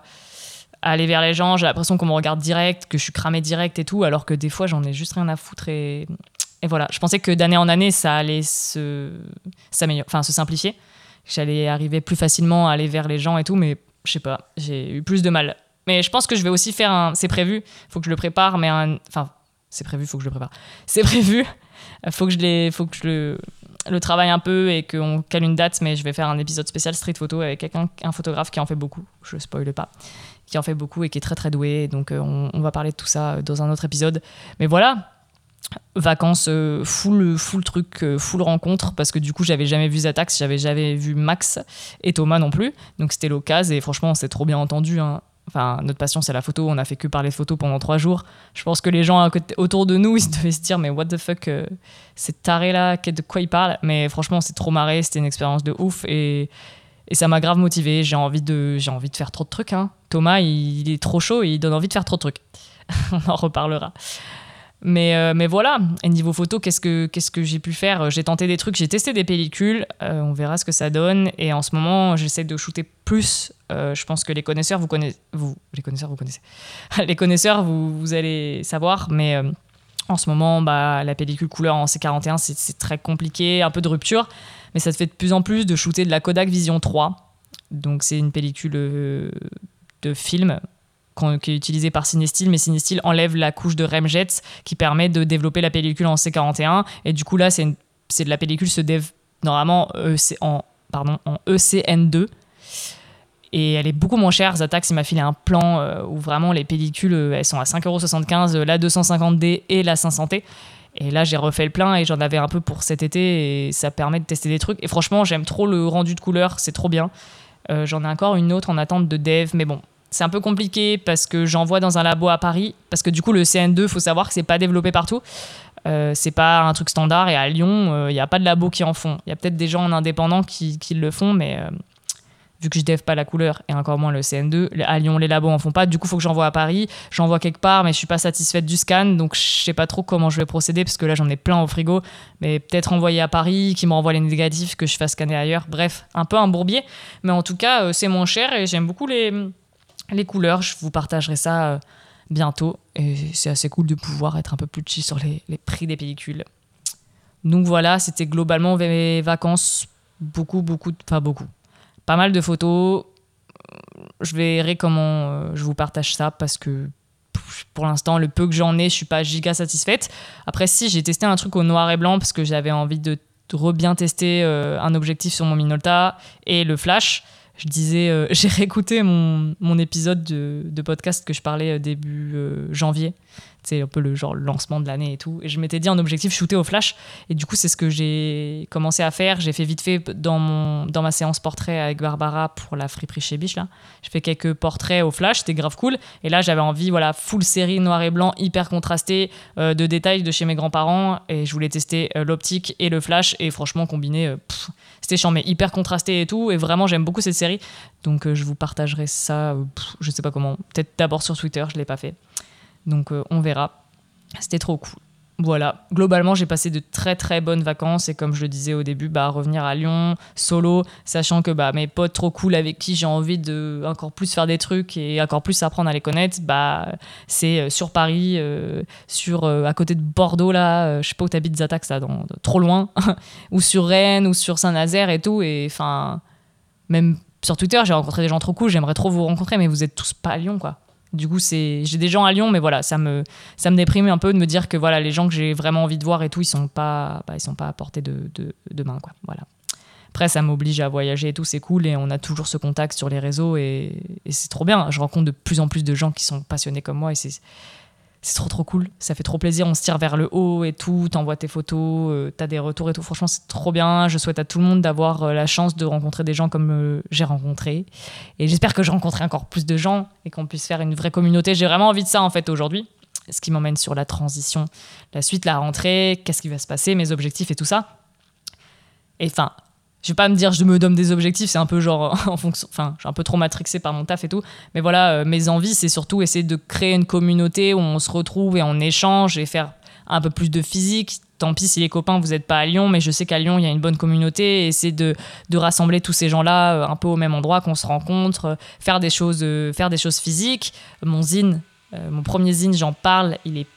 à aller vers les gens. J'ai l'impression qu'on me regarde direct, que je suis cramée direct et tout, alors que des fois, j'en ai juste rien à foutre. Et, et voilà. Je pensais que d'année en année, ça allait se, s'améliorer, enfin, se simplifier. J'allais arriver plus facilement à aller vers les gens et tout, mais je sais pas, j'ai eu plus de mal. Mais je pense que je vais aussi faire un... C'est prévu, faut que je le prépare, mais un... Enfin, c'est prévu, faut que je le prépare. C'est prévu, faut que je, les... faut que je le... le travaille un peu et qu'on cale une date, mais je vais faire un épisode spécial street photo avec quelqu'un, un photographe qui en fait beaucoup, je spoile pas, qui en fait beaucoup et qui est très très doué, donc on, on va parler de tout ça dans un autre épisode. Mais voilà, vacances euh, full, full truc, euh, full rencontre, parce que du coup j'avais jamais vu Zatax, j'avais jamais vu Max et Thomas non plus, donc c'était l'occasion et franchement on s'est trop bien entendu, hein. Enfin, notre passion c'est la photo, on a fait que parler de photo pendant trois jours. Je pense que les gens à côté, autour de nous ils devaient se dire mais what the fuck, euh, c'est taré là, de quoi il parle, mais franchement c'est trop marré, c'était une expérience de ouf et, et ça m'a grave motivé. J'ai envie de, j'ai envie de faire trop de trucs, hein. Thomas il, il est trop chaud et il donne envie de faire trop de trucs. On en reparlera. Mais, euh, mais voilà, et niveau photo, qu'est-ce que, qu'est-ce que j'ai pu faire ? J'ai tenté des trucs, j'ai testé des pellicules, euh, on verra ce que ça donne. Et en ce moment, j'essaie de shooter plus. Euh, je pense que les connaisseurs, vous connaissez... Vous, les connaisseurs, vous connaissez. Les connaisseurs, vous, vous allez savoir. Mais euh, en ce moment, bah, la pellicule couleur en C quarante et un, c'est, c'est très compliqué, un peu de rupture. Mais ça se fait de plus en plus de shooter de la Kodak Vision trois. Donc c'est une pellicule euh, de film qui est utilisé par Cinestill, mais Cinestill enlève la couche de Remjet qui permet de développer la pellicule en C quarante et un, et du coup là c'est, une, c'est de la pellicule se dev normalement E C, en, pardon, en E C N deux et elle est beaucoup moins chère. Zatax il m'a filé un plan euh, où vraiment les pellicules euh, elles sont à cinq euros soixante-quinze, la deux cent cinquante D et la cinq cents T, et là j'ai refait le plein et j'en avais un peu pour cet été et ça permet de tester des trucs et franchement j'aime trop le rendu de couleur, c'est trop bien. Euh, j'en ai encore une autre en attente de dev, mais bon c'est un peu compliqué parce que j'envoie dans un labo à Paris, parce que du coup le C N deux, il faut savoir que c'est pas développé partout, euh, c'est pas un truc standard, et à Lyon il euh, n'y a pas de labo qui en font. Il y a peut-être des gens en indépendant qui, qui le font, mais euh, vu que je dev pas la couleur et encore moins le C N deux, à Lyon les labos en font pas, du coup il faut que j'envoie à Paris, j'envoie quelque part mais je suis pas satisfaite du scan, donc je sais pas trop comment je vais procéder parce que là j'en ai plein au frigo, mais peut-être envoyer à Paris, qui me renvoie les négatifs, que je fasse scanner ailleurs, bref, un peu un bourbier, mais en tout cas euh, c'est moins cher et j'aime beaucoup les... Les couleurs, je vous partagerai ça euh, bientôt. Et c'est assez cool de pouvoir être un peu plus chill sur les, les prix des pellicules. Donc voilà, c'était globalement mes vacances. Beaucoup, beaucoup, enfin beaucoup. Pas mal de photos. Je verrai comment euh, je vous partage ça parce que pour l'instant, le peu que j'en ai, je suis pas giga satisfaite. Après, si, j'ai testé un truc au noir et blanc parce que j'avais envie de re-bien tester euh, un objectif sur mon Minolta et le flash. Je disais, euh, j'ai réécouté mon, mon épisode de, de podcast que je parlais début euh, janvier. C'est un peu le genre lancement de l'année et tout. Et je m'étais dit en objectif shooter au flash. Et du coup, c'est ce que j'ai commencé à faire. J'ai fait vite fait dans, mon, dans ma séance portrait avec Barbara pour la friperie chez Biche. Là. J'ai fait quelques portraits au flash. C'était grave cool. Et là, j'avais envie, voilà, full série noir et blanc, hyper contrasté, euh, de détails de chez mes grands-parents. Et je voulais tester euh, l'optique et le flash. Et franchement, combiné, euh, pff, c'était chiant, mais hyper contrasté et tout. Et vraiment, j'aime beaucoup cette série. Donc, euh, je vous partagerai ça, euh, pff, je sais pas comment. Peut-être d'abord sur Twitter, je l'ai pas fait. Donc euh, on verra. C'était trop cool. Voilà, globalement j'ai passé de très très bonnes vacances et comme je le disais au début, bah, revenir à Lyon solo, sachant que bah, mes potes trop cool avec qui j'ai envie de encore plus faire des trucs et encore plus apprendre à les connaître, bah, c'est euh, sur Paris, euh, sur, euh, à côté de Bordeaux, là, euh, je sais pas où t'habites Zatax, là, dans, dans, trop loin, ou sur Rennes ou sur Saint-Nazaire et tout, et enfin, même sur Twitter j'ai rencontré des gens trop cool, j'aimerais trop vous rencontrer, mais vous êtes tous pas à Lyon quoi. Du coup, c'est... j'ai des gens à Lyon, mais voilà, ça me, ça me déprime un peu de me dire que voilà, les gens que j'ai vraiment envie de voir et tout, ils sont pas, bah, ils sont pas à portée de, de, de main, quoi. Voilà. Après, ça m'oblige à voyager et tout, c'est cool, et on a toujours ce contact sur les réseaux, et, et c'est trop bien. Je rencontre de plus en plus de gens qui sont passionnés comme moi, et c'est, c'est trop trop cool. Ça fait trop plaisir, on se tire vers le haut et tout, t'envoies tes photos, euh, t'as des retours et tout. Franchement, c'est trop bien. Je souhaite à tout le monde d'avoir euh, la chance de rencontrer des gens comme euh, j'ai rencontré. Et j'espère que je rencontrerai encore plus de gens et qu'on puisse faire une vraie communauté. J'ai vraiment envie de ça, en fait, aujourd'hui. Ce qui m'emmène sur la transition, la suite, la rentrée, qu'est-ce qui va se passer, mes objectifs et tout ça. Et enfin, je vais pas me dire je me donne des objectifs, c'est un peu genre en fonction, enfin, je suis un peu trop matrixée par mon taf et tout, mais voilà, euh, mes envies, c'est surtout essayer de créer une communauté où on se retrouve et on échange et faire un peu plus de physique. Tant pis si les copains vous n'êtes pas à Lyon, mais je sais qu'à Lyon il y a une bonne communauté, et essayer de, de rassembler tous ces gens-là euh, un peu au même endroit, qu'on se rencontre, euh, faire des choses, euh, faire des choses physiques. Mon zine, euh, mon premier zine, j'en parle, il est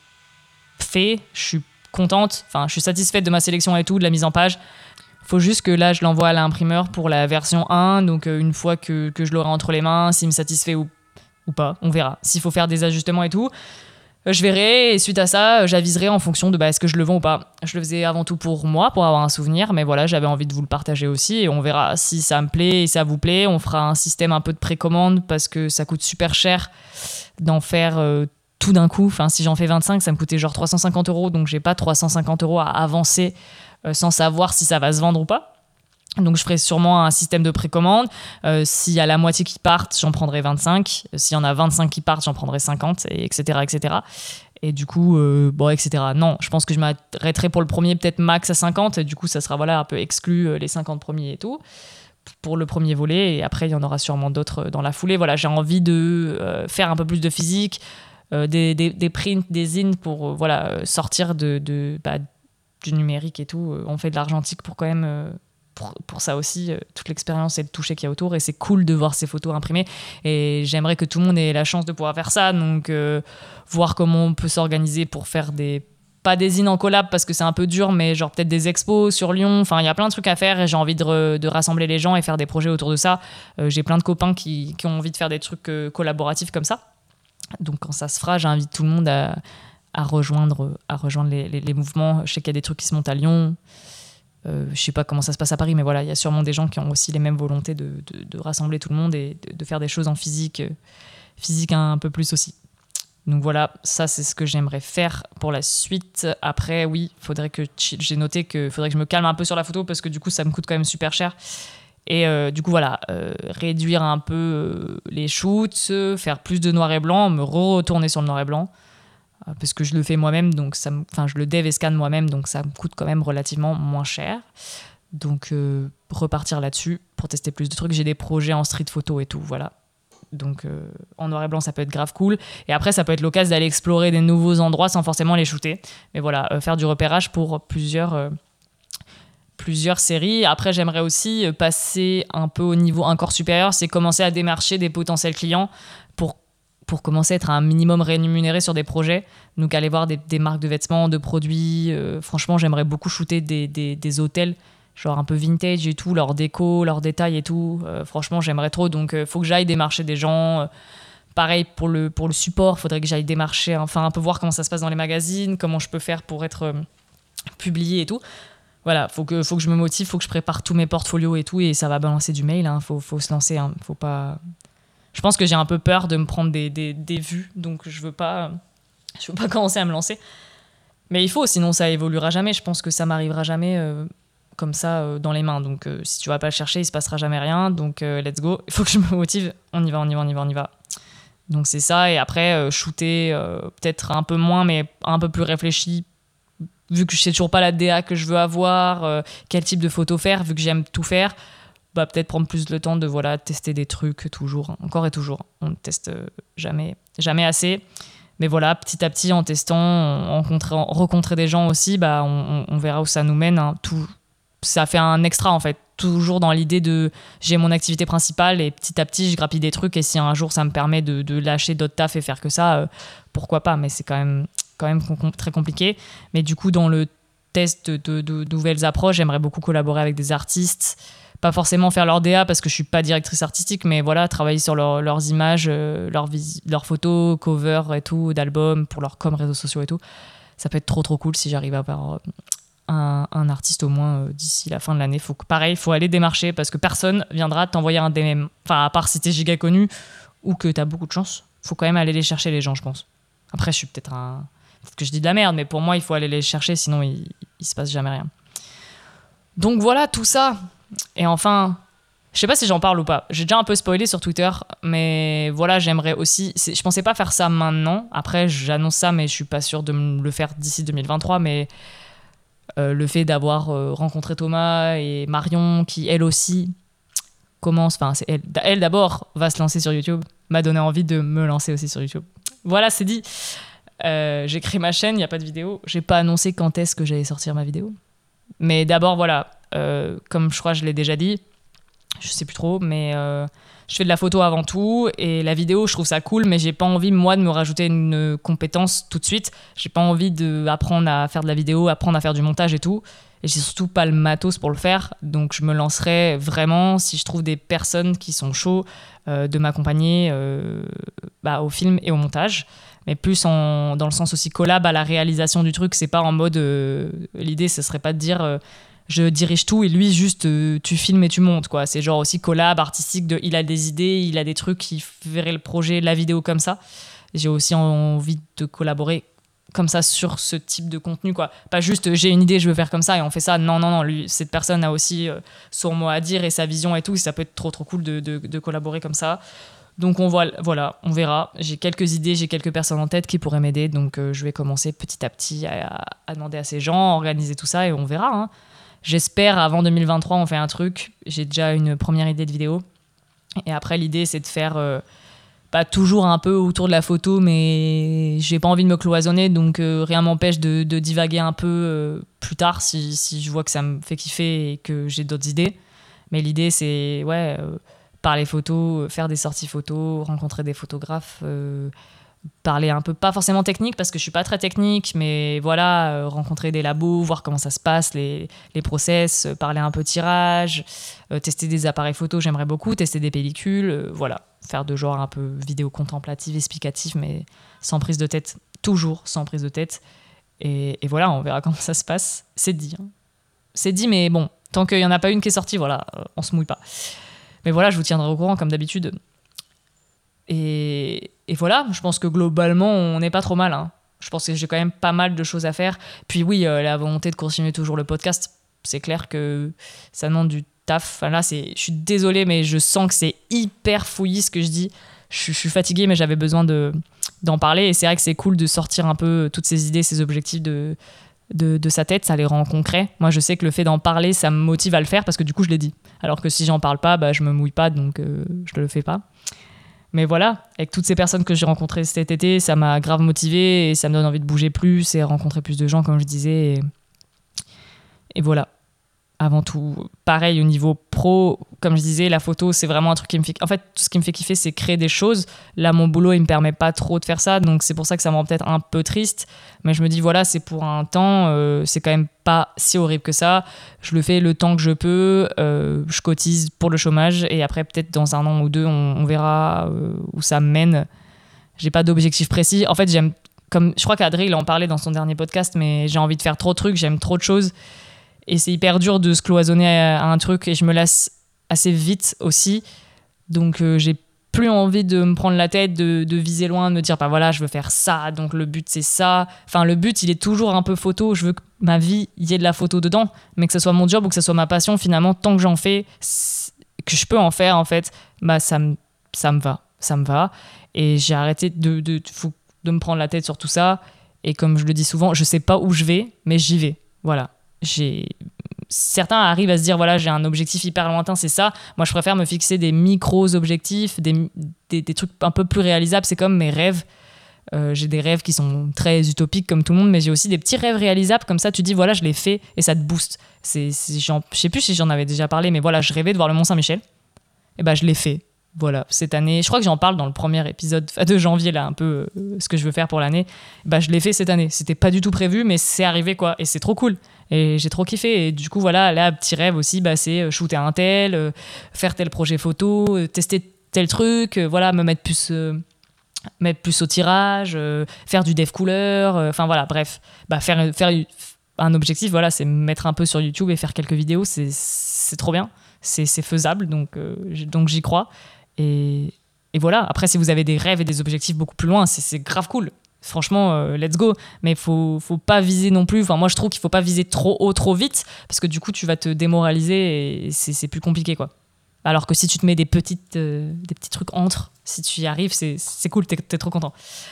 fait, je suis contente, enfin je suis satisfaite de ma sélection et tout, de la mise en page. Faut juste que là, je l'envoie à l'imprimeur pour la version un. Donc, euh, une fois que, que je l'aurai entre les mains, s'il me satisfait ou, ou pas, on verra. S'il faut faire des ajustements et tout, euh, je verrai. Et suite à ça, euh, j'aviserai en fonction de bah, est-ce que je le vends ou pas. Je le faisais avant tout pour moi, pour avoir un souvenir. Mais voilà, j'avais envie de vous le partager aussi. Et on verra si ça me plaît et ça vous plaît. On fera un système un peu de précommande parce que ça coûte super cher d'en faire euh, tout d'un coup. Enfin, si j'en fais vingt-cinq, ça me coûtait genre trois cent cinquante euros. Donc, j'ai pas trois cent cinquante euros à avancer Euh, sans savoir si ça va se vendre ou pas. Donc je ferai sûrement un système de précommande. Euh, s'il y a la moitié qui partent, j'en prendrai vingt-cinq. Euh, s'il y en a vingt-cinq qui partent, j'en prendrai cinquante, et etc. etc. Et du coup, euh, bon, et cetera. Non, je pense que je m'arrêterai pour le premier peut-être max à cinquante. Et du coup, ça sera voilà, un peu exclu euh, les cinquante premiers et tout pour le premier volet. Et après, il y en aura sûrement d'autres dans la foulée. Voilà, j'ai envie de euh, faire un peu plus de physique, euh, des, des, des prints, des zines pour euh, voilà, sortir de... de bah, du numérique et tout. On fait de l'argentique pour quand même euh, pour, pour ça aussi, euh, toute l'expérience et le toucher qu'il y a autour, et c'est cool de voir ces photos imprimées, et j'aimerais que tout le monde ait la chance de pouvoir faire ça. Donc euh, voir comment on peut s'organiser pour faire des, pas des zines en collab parce que c'est un peu dur, mais genre peut-être des expos sur Lyon. Enfin, il y a plein de trucs à faire, et j'ai envie de, re, de rassembler les gens et faire des projets autour de ça. Euh, j'ai plein de copains qui, qui ont envie de faire des trucs euh, collaboratifs comme ça. Donc quand ça se fera, j'invite tout le monde à à rejoindre, à rejoindre les, les, les mouvements. Je sais qu'il y a des trucs qui se montent à Lyon. Euh, je sais pas comment ça se passe à Paris, mais voilà, il y a sûrement des gens qui ont aussi les mêmes volontés de, de, de rassembler tout le monde et de, de faire des choses en physique, euh, physique un, un peu plus aussi. Donc voilà, ça c'est ce que j'aimerais faire pour la suite. Après, oui, faudrait que j'ai noté qu'il faudrait que je me calme un peu sur la photo parce que du coup, ça me coûte quand même super cher. Et euh, du coup, voilà, euh, réduire un peu euh, les shoots, faire plus de noir et blanc, me retourner sur le noir et blanc. Parce que je le fais moi-même, donc ça me, enfin, je le dev et scanne moi-même, donc ça me coûte quand même relativement moins cher. Donc euh, repartir là-dessus pour tester plus de trucs. J'ai des projets en street photo et tout, voilà. Donc euh, en noir et blanc, ça peut être grave cool. Et après, ça peut être l'occasion d'aller explorer des nouveaux endroits sans forcément les shooter. Mais voilà, euh, faire du repérage pour plusieurs, euh, plusieurs séries. Après, j'aimerais aussi passer un peu au niveau encore supérieur, c'est commencer à démarcher des potentiels clients pour pour commencer à être un minimum rémunéré sur des projets. Donc aller voir des, des marques de vêtements, de produits. Euh, franchement, j'aimerais beaucoup shooter des, des, des hôtels, genre un peu vintage et tout, leur déco, leurs détails et tout. Euh, franchement, j'aimerais trop. Donc il euh, faut que j'aille démarcher des gens. Euh, pareil pour le, pour le support, il faudrait que j'aille démarcher, enfin un peu voir comment ça se passe dans les magazines, comment je peux faire pour être euh, publié et tout. Voilà, faut que, faut que je me motive, faut que je prépare tous mes portfolios et tout, et ça va balancer du mail. Hein, faut, faut se lancer, hein, faut pas... Je pense que j'ai un peu peur de me prendre des, des, des vues, donc je veux pas, je veux pas commencer à me lancer. Mais il faut, sinon ça évoluera jamais. Je pense que ça m'arrivera jamais euh, comme ça euh, dans les mains. Donc euh, si tu vas pas le chercher, il se passera jamais rien. Donc euh, let's go. Il faut que je me motive. On y va, on y va, on y va, on y va. Donc c'est ça. Et après euh, shooter euh, peut-être un peu moins, mais un peu plus réfléchi. Vu que je sais toujours pas la D A que je veux avoir, euh, quel type de photo faire, vu que j'aime tout faire. Bah, peut-être prendre plus le temps de voilà, tester des trucs toujours, hein, encore et toujours. On ne teste jamais, jamais assez. Mais voilà, petit à petit, en testant, rencontrer, rencontrer des gens aussi, bah, on, on verra où ça nous mène. Hein. Tout, ça fait un extra, en fait. Toujours dans l'idée de j'ai mon activité principale et petit à petit, je grappille des trucs. Et si un jour, ça me permet de, de lâcher d'autres tafs et faire que ça, euh, pourquoi pas. Mais c'est quand même, quand même com- très compliqué. Mais du coup, dans le test de, de, de nouvelles approches, j'aimerais beaucoup collaborer avec des artistes. Pas forcément faire leur D A parce que je suis pas directrice artistique, mais voilà, travailler sur leur, leurs images, euh, leurs, vis- leurs photos, covers et tout, d'albums, pour leurs com réseaux sociaux et tout. Ça peut être trop trop cool si j'arrive à avoir, un, un artiste au moins euh, d'ici la fin de l'année. Faut que, pareil, il faut aller démarcher parce que personne viendra t'envoyer un D M. Enfin, à part si t'es giga connu ou que t'as beaucoup de chance. Faut quand même aller les chercher, les gens, je pense. Après, je suis peut-être un... Peut-être que je dis de la merde, mais pour moi, il faut aller les chercher, sinon il, il se passe jamais rien. Donc voilà, tout ça. Et enfin, je sais pas si j'en parle ou pas. J'ai déjà un peu spoilé sur Twitter, mais voilà, j'aimerais aussi... C'est, je pensais pas faire ça maintenant. Après, j'annonce ça, mais je suis pas sûre de me le faire d'ici deux mille vingt-trois, mais euh, le fait d'avoir euh, rencontré Thomas et Marion, qui elle aussi commence... Enfin, c'est elle, elle d'abord va se lancer sur YouTube, m'a donné envie de me lancer aussi sur YouTube. Voilà, c'est dit. Euh, j'ai créé ma chaîne, il n'y a pas de vidéo. J'ai pas annoncé quand est-ce que j'allais sortir ma vidéo. Mais d'abord, voilà, euh, comme je crois que je l'ai déjà dit, je sais plus trop, mais euh, je fais de la photo avant tout. Et la vidéo, je trouve ça cool, mais j'ai pas envie, moi, de me rajouter une compétence tout de suite. J'ai pas envie d'apprendre à faire de la vidéo, apprendre à faire du montage et tout. Et j'ai surtout pas le matos pour le faire. Donc je me lancerai vraiment si je trouve des personnes qui sont chauds euh, de m'accompagner euh, bah, au film et au montage. Mais plus en, dans le sens aussi collab à la réalisation du truc. C'est pas en mode... Euh, l'idée, ce serait pas de dire... Euh, je dirige tout et lui, juste, euh, tu filmes et tu montes, quoi. C'est genre aussi collab, artistique. De, il a des idées, il a des trucs qui verraient le projet, la vidéo comme ça. J'ai aussi envie de collaborer comme ça sur ce type de contenu, quoi. Pas juste, j'ai une idée, je veux faire comme ça et on fait ça. Non, non, non. Lui, cette personne a aussi euh, son mot à dire et sa vision et tout. Et ça peut être trop, trop cool de, de, de collaborer comme ça. Donc on voit, voilà, on verra. J'ai quelques idées, j'ai quelques personnes en tête qui pourraient m'aider. Donc euh, je vais commencer petit à petit à, à demander à ces gens, à organiser tout ça et on verra. Hein. J'espère avant deux mille vingt-trois, on fait un truc. J'ai déjà une première idée de vidéo. Et après, l'idée, c'est de faire euh, pas toujours un peu autour de la photo, mais j'ai pas envie de me cloisonner. Donc euh, rien m'empêche de, de divaguer un peu euh, plus tard si, si je vois que ça me fait kiffer et que j'ai d'autres idées. Mais l'idée, c'est... ouais. Euh, parler photos, faire des sorties photos, rencontrer des photographes, euh, parler un peu, pas forcément technique parce que je suis pas très technique, mais voilà, euh, rencontrer des labos, voir comment ça se passe, les, les process, euh, parler un peu tirage, euh, tester des appareils photo, j'aimerais beaucoup, tester des pellicules, euh, voilà, faire de genre un peu vidéo contemplative, explicative, mais sans prise de tête, toujours sans prise de tête. Et, et voilà, on verra comment ça se passe. C'est dit. Hein. C'est dit, mais bon, tant qu'il y en a pas une qui est sortie, voilà, euh, on se mouille pas. Mais voilà, je vous tiendrai au courant comme d'habitude. Et, et voilà, je pense que globalement, on n'est pas trop mal. Hein. Je pense que j'ai quand même pas mal de choses à faire. Puis oui, euh, la volonté de continuer toujours le podcast, c'est clair que ça demande du taf. Enfin, là, c'est, je suis désolée, mais je sens que c'est hyper fouillis ce que je dis. Je, je suis fatiguée, mais j'avais besoin de, d'en parler. Et c'est vrai que c'est cool de sortir un peu toutes ces idées, ces objectifs de, de, de sa tête. Ça les rend concrets. Moi, je sais que le fait d'en parler, ça me motive à le faire parce que du coup, je l'ai dit. Alors que si j'en parle pas, bah, je me mouille pas, donc euh, je ne le fais pas. Mais voilà, avec toutes ces personnes que j'ai rencontrées cet été, ça m'a grave motivée et ça me donne envie de bouger plus et rencontrer plus de gens, comme je disais. Et, et voilà. Avant tout, pareil au niveau pro, comme je disais, la photo, c'est vraiment un truc qui me fait... En fait, tout ce qui me fait kiffer, c'est créer des choses. Là, mon boulot, il me permet pas trop de faire ça, donc c'est pour ça que ça me rend peut-être un peu triste. Mais je me dis, voilà, c'est pour un temps, euh, c'est quand même pas si horrible que ça. Je le fais le temps que je peux, euh, je cotise pour le chômage, et après, peut-être dans un an ou deux, on, on verra euh, où ça me mène. J'ai pas d'objectif précis. En fait, j'aime... Comme, je crois qu'Adré, il en parlait dans son dernier podcast, mais j'ai envie de faire trop de trucs, j'aime trop de choses. Et c'est hyper dur de se cloisonner à un truc et je me lasse assez vite aussi. Donc euh, j'ai plus envie de me prendre la tête, de, de viser loin, de me dire bah voilà, je veux faire ça, donc le but c'est ça. Enfin, le but il est toujours un peu photo. Je veux que ma vie, il y ait de la photo dedans, mais que ce soit mon job ou que ce soit ma passion, finalement, tant que j'en fais, que je peux en faire en fait, bah ça me, ça me va. Ça me va. Et j'ai arrêté de, de, de, de me prendre la tête sur tout ça. Et comme je le dis souvent, je sais pas où je vais, mais j'y vais. Voilà. J'ai... Certains arrivent à se dire voilà, j'ai un objectif hyper lointain, c'est ça. Moi, je préfère me fixer des micros-objectifs, des, des, des trucs un peu plus réalisables. C'est comme mes rêves. Euh, j'ai des rêves qui sont très utopiques comme tout le monde, mais j'ai aussi des petits rêves réalisables. Comme ça, tu dis voilà, je l'ai fait et ça te booste. C'est, c'est, j'en, je sais plus si j'en avais déjà parlé, mais voilà, je rêvais de voir le Mont-Saint-Michel. Et ben, je l'ai fait. Voilà, cette année, je crois que j'en parle dans le premier épisode de janvier, là, un peu euh, ce que je veux faire pour l'année. Bah, je l'ai fait cette année. C'était pas du tout prévu, mais c'est arrivé, quoi. Et c'est trop cool. Et j'ai trop kiffé. Et du coup, voilà, là, petit rêve aussi, bah, c'est shooter un tel, euh, faire tel projet photo, euh, tester tel truc, euh, voilà, me mettre plus, euh, mettre plus au tirage, euh, faire du dev couleur, enfin euh, voilà, bref. Bah, faire, faire, un objectif, voilà, c'est mettre un peu sur YouTube et faire quelques vidéos, c'est, c'est trop bien, c'est, c'est faisable, donc, euh, donc j'y crois. Et, et voilà, après, si vous avez des rêves et des objectifs beaucoup plus loin, c'est, c'est grave cool. Franchement, euh, let's go. Mais il faut, faut pas viser non plus. Enfin, moi, je trouve qu'il faut pas viser trop haut, trop vite, parce que du coup, tu vas te démoraliser et c'est, c'est plus compliqué, quoi. Alors que si tu te mets des, petites, euh, des petits trucs entre, si tu y arrives, c'est, c'est cool, t'es, t'es trop content.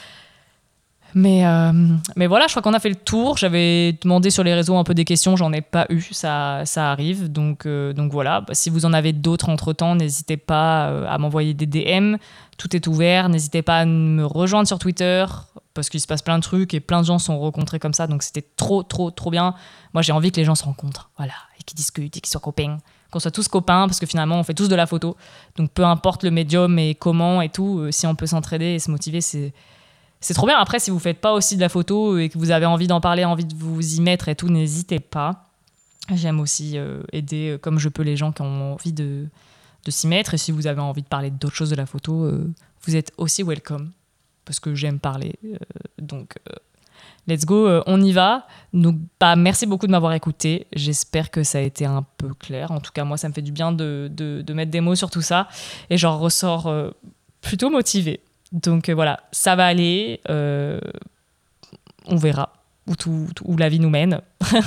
Mais, euh, mais voilà, je crois qu'on a fait le tour. J'avais demandé sur les réseaux un peu des questions, j'en ai pas eu, ça, ça arrive. Donc, euh, donc voilà, bah, si vous en avez d'autres entre-temps, n'hésitez pas euh, à m'envoyer des D M. Tout est ouvert, n'hésitez pas à me rejoindre sur Twitter, parce qu'il se passe plein de trucs et plein de gens se sont rencontrés comme ça, donc c'était trop, trop, trop bien. Moi, j'ai envie que les gens se rencontrent, voilà, et qu'ils discutent et qu'ils soient copains, qu'on soit tous copains, parce que finalement, on fait tous de la photo. Donc peu importe le médium et comment et tout, euh, si on peut s'entraider et se motiver, c'est... C'est trop bien. Après, si vous faites pas aussi de la photo et que vous avez envie d'en parler, envie de vous y mettre et tout, n'hésitez pas. J'aime aussi euh, aider euh, comme je peux les gens qui ont envie de, de s'y mettre. Et si vous avez envie de parler d'autres choses de la photo, euh, vous êtes aussi welcome. Parce que j'aime parler. Euh, donc, euh, let's go, euh, on y va. Donc, bah, merci beaucoup de m'avoir écouté. J'espère que ça a été un peu clair. En tout cas, moi, ça me fait du bien de, de, de mettre des mots sur tout ça. Et j'en ressors euh, plutôt motivée. Donc euh, voilà, ça va aller, euh, on verra où, tout, où la vie nous mène.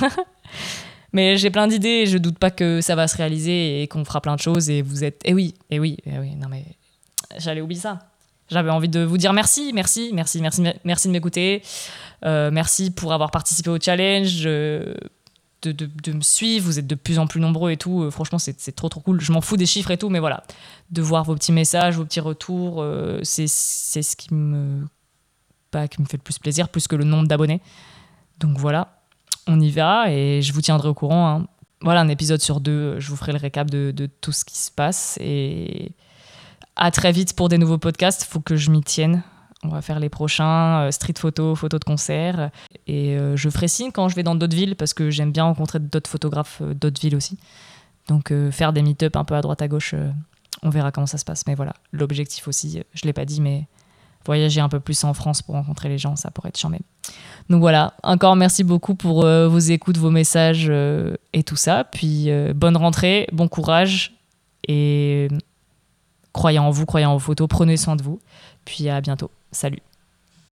Mais j'ai plein d'idées et je doute pas que ça va se réaliser et qu'on fera plein de choses. Et vous êtes... Eh oui, eh oui, eh oui, non mais j'allais oublier ça. J'avais envie de vous dire merci, merci, merci, merci, merci de m'écouter. Euh, merci pour avoir participé au challenge, euh, de, de, de me suivre. Vous êtes de plus en plus nombreux et tout. Euh, franchement, c'est, c'est trop, trop cool. Je m'en fous des chiffres et tout, mais voilà. De voir vos petits messages, vos petits retours, euh, c'est, c'est ce qui me, pas, qui me fait le plus plaisir, plus que le nombre d'abonnés. Donc voilà, on y va et je vous tiendrai au courant. Hein. Voilà, un épisode sur deux, je vous ferai le récap de, de tout ce qui se passe. Et à très vite pour des nouveaux podcasts. Il faut que je m'y tienne. On va faire les prochains, euh, street photo, photo de concert. Et euh, je ferai signe quand je vais dans d'autres villes parce que j'aime bien rencontrer d'autres photographes euh, d'autres villes aussi. Donc euh, faire des meet-up un peu à droite à gauche, euh, on verra comment ça se passe. Mais voilà, l'objectif aussi, euh, je ne l'ai pas dit, mais voyager un peu plus en France pour rencontrer les gens, ça pourrait être charmé. Donc voilà, encore merci beaucoup pour euh, vos écoutes, vos messages euh, et tout ça. Puis euh, bonne rentrée, bon courage et croyez en vous, croyez en vos photos, prenez soin de vous. Puis à bientôt. Salut.